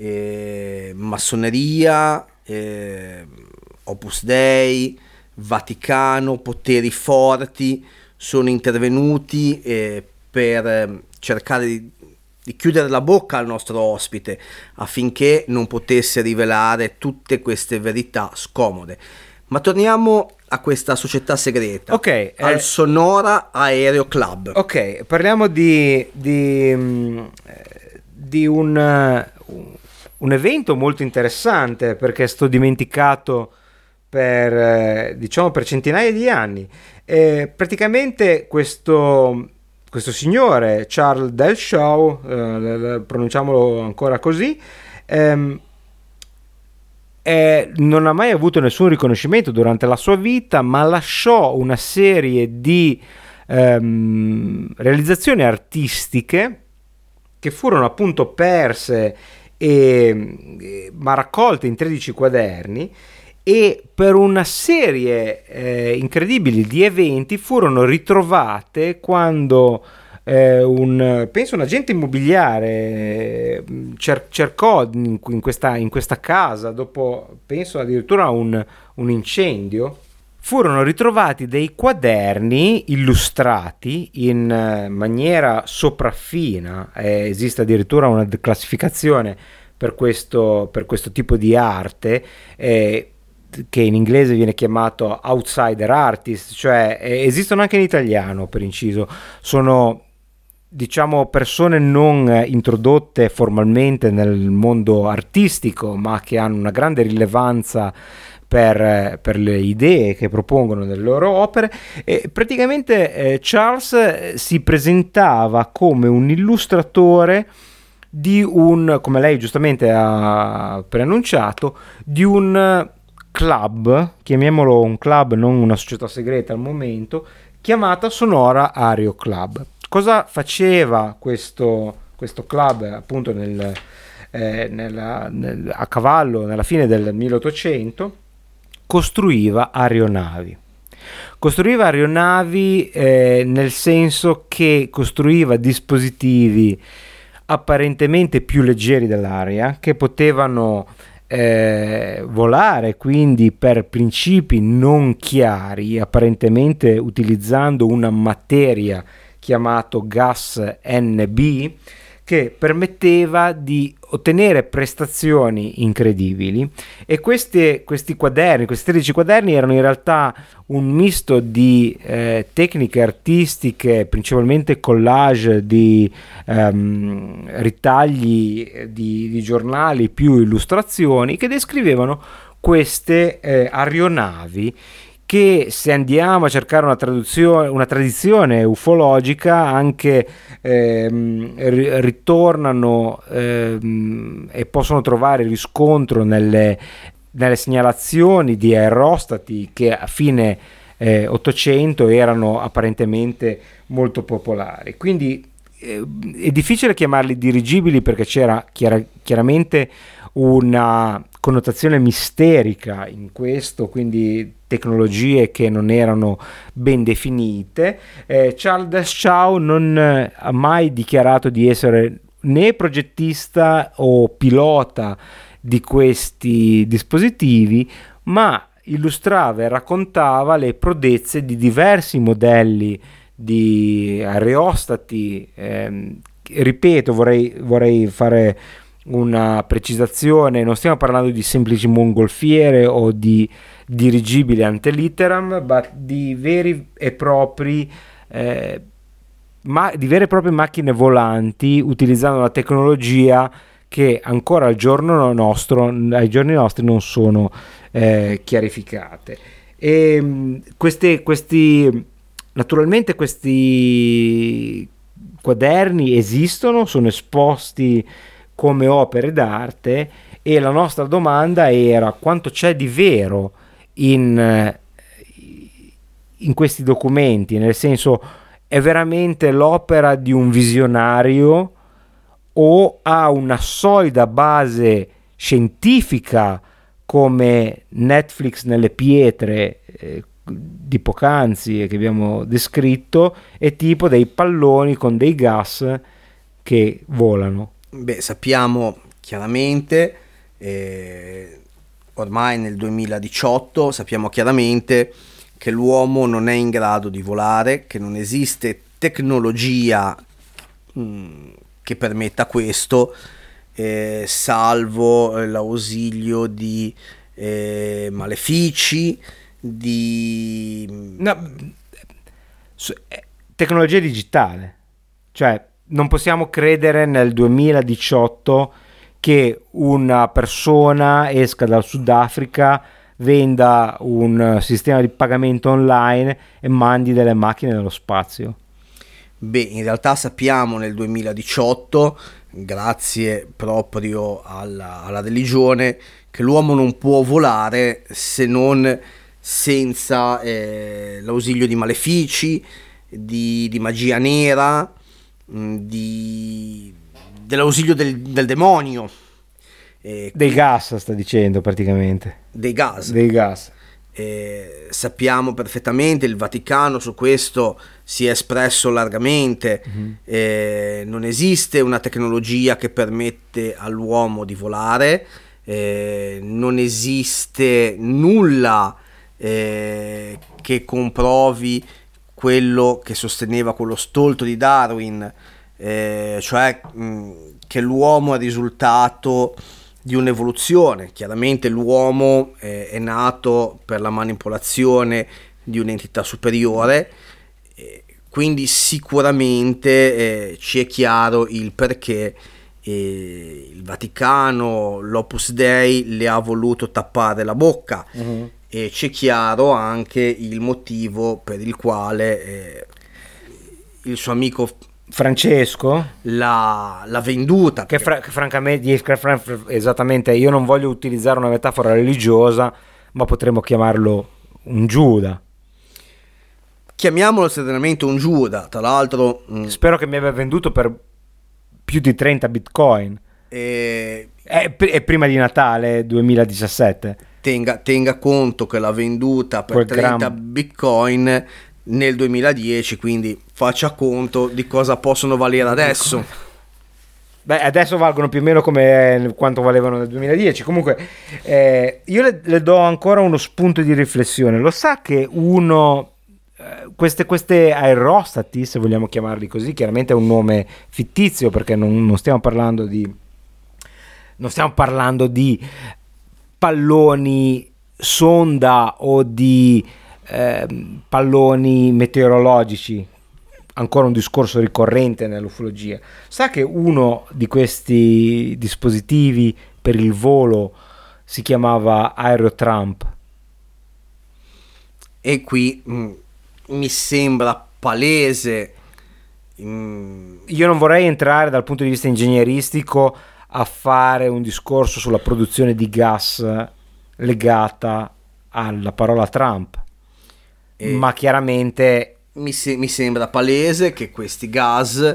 massoneria, Opus Dei, Vaticano, poteri forti sono intervenuti per cercare di chiudere la bocca al nostro ospite affinché non potesse rivelare tutte queste verità scomode. Ma torniamo a questa società segreta, al Sonora Aereo Club. Ok, parliamo di un evento molto interessante, perché sto dimenticato per centinaia di anni. Praticamente questo signore Charles Delshaw, pronunciamolo ancora così, non ha mai avuto nessun riconoscimento durante la sua vita, ma lasciò una serie di realizzazioni artistiche che furono appunto perse ma raccolte in 13 quaderni, e per una serie incredibili di eventi furono ritrovate quando penso un agente immobiliare cercò in questa casa, dopo penso addirittura un incendio. Furono ritrovati dei quaderni illustrati in maniera sopraffina, esiste addirittura una classificazione per questo tipo di arte, che in inglese viene chiamato outsider artist, cioè esistono anche in italiano, per inciso. Sono, diciamo, persone non introdotte formalmente nel mondo artistico, ma che hanno una grande rilevanza per le idee che propongono nelle loro opere. E praticamente Charles si presentava come un illustratore di come lei giustamente ha preannunciato, di un club, chiamiamolo un club, non una società segreta al momento, chiamata Sonora Aereo Club. Cosa faceva questo club appunto a cavallo nella fine del 1800? Costruiva aeronavi nel senso che costruiva dispositivi apparentemente più leggeri dell'aria, che potevano volare quindi per principi non chiari, apparentemente utilizzando una materia chiamato gas NB, che permetteva di ottenere prestazioni incredibili, e questi quaderni, questi 13 quaderni erano in realtà un misto di tecniche artistiche, principalmente collage di ritagli di giornali più illustrazioni, che descrivevano queste aeronavi che, se andiamo a cercare una tradizione ufologica, anche ritornano e possono trovare riscontro nelle segnalazioni di aerostati che a fine 800 erano apparentemente molto popolari. Quindi è difficile chiamarli dirigibili, perché c'era chiaramente una connotazione misterica in questo, quindi tecnologie che non erano ben definite. Charles Chow non ha mai dichiarato di essere né progettista o pilota di questi dispositivi, ma illustrava e raccontava le prodezze di diversi modelli di aerostati. Ripeto, vorrei fare una precisazione: non stiamo parlando di semplici mongolfiere o di dirigibili ante litteram, ma di veri e propri di vere e proprie macchine volanti, utilizzando una tecnologia che ancora ai giorni nostri non sono chiarificate. E naturalmente questi quaderni esistono, sono esposti come opere d'arte, e la nostra domanda era: quanto c'è di vero in questi documenti? Nel senso, è veramente l'opera di un visionario o ha una solida base scientifica, come Netflix nelle pietre di poc'anzi che abbiamo descritto, e tipo dei palloni con dei gas che volano? Beh, sappiamo chiaramente, ormai nel 2018 sappiamo chiaramente che l'uomo non è in grado di volare, che non esiste tecnologia che permetta questo, salvo l'ausilio di malefici, tecnologia digitale. Cioè, non possiamo credere nel 2018 che una persona esca dal Sudafrica, venda un sistema di pagamento online e mandi delle macchine nello spazio. Beh, in realtà sappiamo nel 2018, grazie proprio alla religione, che l'uomo non può volare se non senza l'ausilio di malefici, di magia nera, dell'ausilio del demonio, dei gas, sta dicendo praticamente. Dei gas. Sappiamo perfettamente, il Vaticano su questo si è espresso largamente. Non esiste una tecnologia che permette all'uomo di volare, non esiste nulla che comprovi quello che sosteneva quello stolto di Darwin, cioè che l'uomo è risultato di un'evoluzione. Chiaramente l'uomo è nato per la manipolazione di un'entità superiore, quindi sicuramente ci è chiaro il perché il Vaticano, l'Opus Dei, le ha voluto tappare la bocca. E c'è chiaro anche il motivo per il quale il suo amico Francesco l'ha venduta. Che francamente, esattamente, io non voglio utilizzare una metafora religiosa, ma potremmo chiamarlo un Giuda. Chiamiamolo serenamente un Giuda. Tra l'altro, spero che mi abbia venduto per più di 30 bitcoin. È prima di Natale 2017. Tenga conto che l'ha venduta per 30 bitcoin nel 2010, quindi faccia conto di cosa possono valere adesso. Beh, adesso valgono più o meno come quanto valevano nel 2010. Comunque io le do ancora uno spunto di riflessione. Lo sa che queste aerostati, se vogliamo chiamarli così, chiaramente è un nome fittizio, perché non stiamo parlando di palloni sonda o di palloni meteorologici, ancora un discorso ricorrente nell'ufologia. Sa che uno di questi dispositivi per il volo si chiamava Aerotrump? E qui mi sembra palese. Io non vorrei entrare dal punto di vista ingegneristico a fare un discorso sulla produzione di gas legata alla parola Trump, ma chiaramente mi sembra palese che questi gas,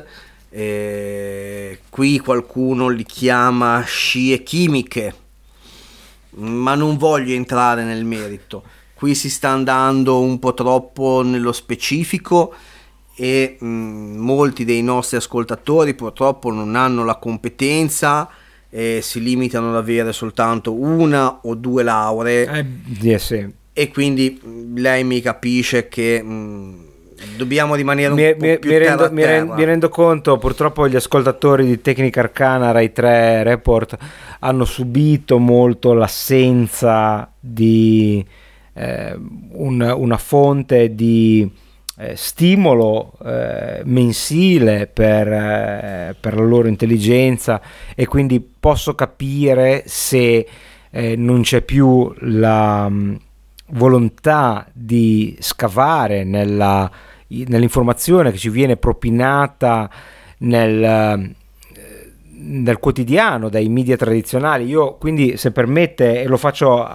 qui qualcuno li chiama scie chimiche, ma non voglio entrare nel merito. Qui si sta andando un po' troppo nello specifico e molti dei nostri ascoltatori purtroppo non hanno la competenza e si limitano ad avere soltanto una o due lauree. Sì. E quindi lei mi capisce che dobbiamo rimanere un po' più terra a terra. Mi rendo conto, purtroppo gli ascoltatori di Tecnica Arcana Rai 3 Report hanno subito molto l'assenza di una fonte di stimolo mensile per la loro intelligenza, e quindi posso capire se non c'è più la volontà di scavare nell'informazione che ci viene propinata nel quotidiano dai media tradizionali. Io quindi, se permette, e lo faccio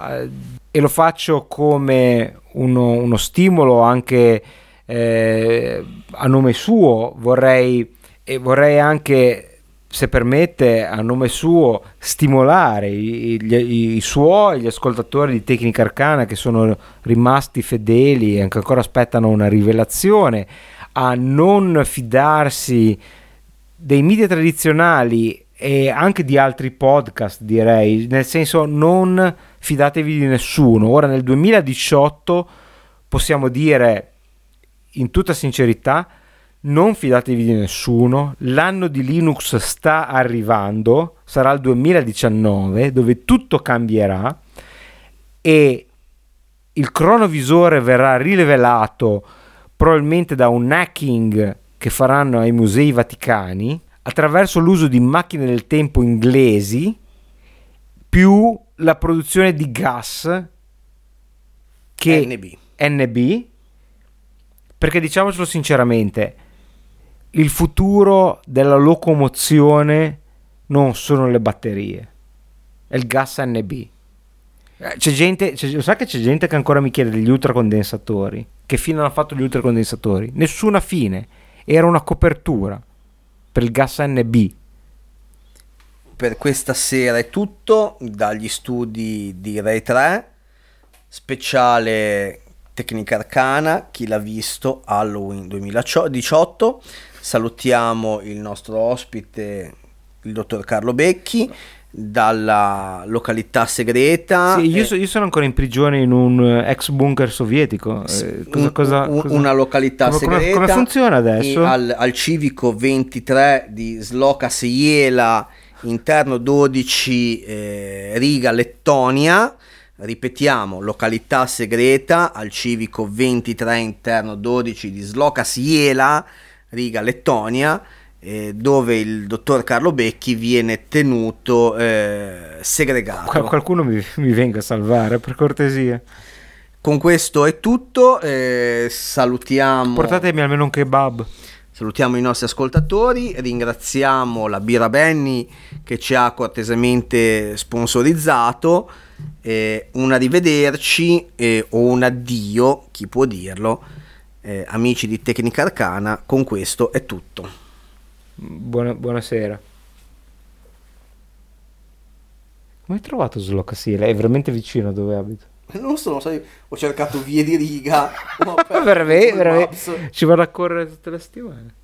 come uno stimolo anche a nome suo, vorrei anche, se permette, a nome suo stimolare i suoi, gli ascoltatori di Tecnica Arcana che sono rimasti fedeli e che ancora aspettano una rivelazione, a non fidarsi dei media tradizionali e anche di altri podcast, direi, nel senso, non fidatevi di nessuno. Ora, nel 2018 possiamo dire in tutta sincerità: non fidatevi di nessuno, l'anno di Linux sta arrivando, sarà il 2019 dove tutto cambierà e il cronovisore verrà rivelato probabilmente da un hacking che faranno ai musei vaticani attraverso l'uso di macchine del tempo inglesi più la produzione di gas che NB, perché diciamocelo sinceramente, il futuro della locomozione non sono le batterie, è il gas NB. Lo sa che c'è gente che ancora mi chiede degli ultracondensatori? Che fine hanno fatto gli ultracondensatori? Nessuna fine, era una copertura per il gas NB. Per questa sera è tutto dagli studi di Rai 3, speciale Tecnica Arcana, chi l'ha visto, Halloween 2018. Salutiamo il nostro ospite, il dottor Carlo Becchi, dalla località segreta. Sì, io sono ancora in prigione in un ex bunker sovietico. Una località segreta. Come funziona adesso? Al civico 23 di Sloka Sejela, interno 12, Riga, Lettonia. Ripetiamo, località segreta al civico 23, interno 12 di Sloka Sejela, Riga, Lettonia, dove il dottor Carlo Becchi viene tenuto segregato. Qualcuno mi venga a salvare, per cortesia. Con questo è tutto, salutiamo. Portatemi almeno un kebab. Salutiamo i nostri ascoltatori, ringraziamo la Birra Benny che ci ha cortesemente sponsorizzato, un arrivederci o un addio, chi può dirlo, amici di Tecnica Arcana. Con questo è tutto. Buonasera. Come hai trovato Sloka Sejela? È veramente vicino a dove abito? Non so, ho cercato vie di Riga. Veramente, ci vado a correre tutte le settimane.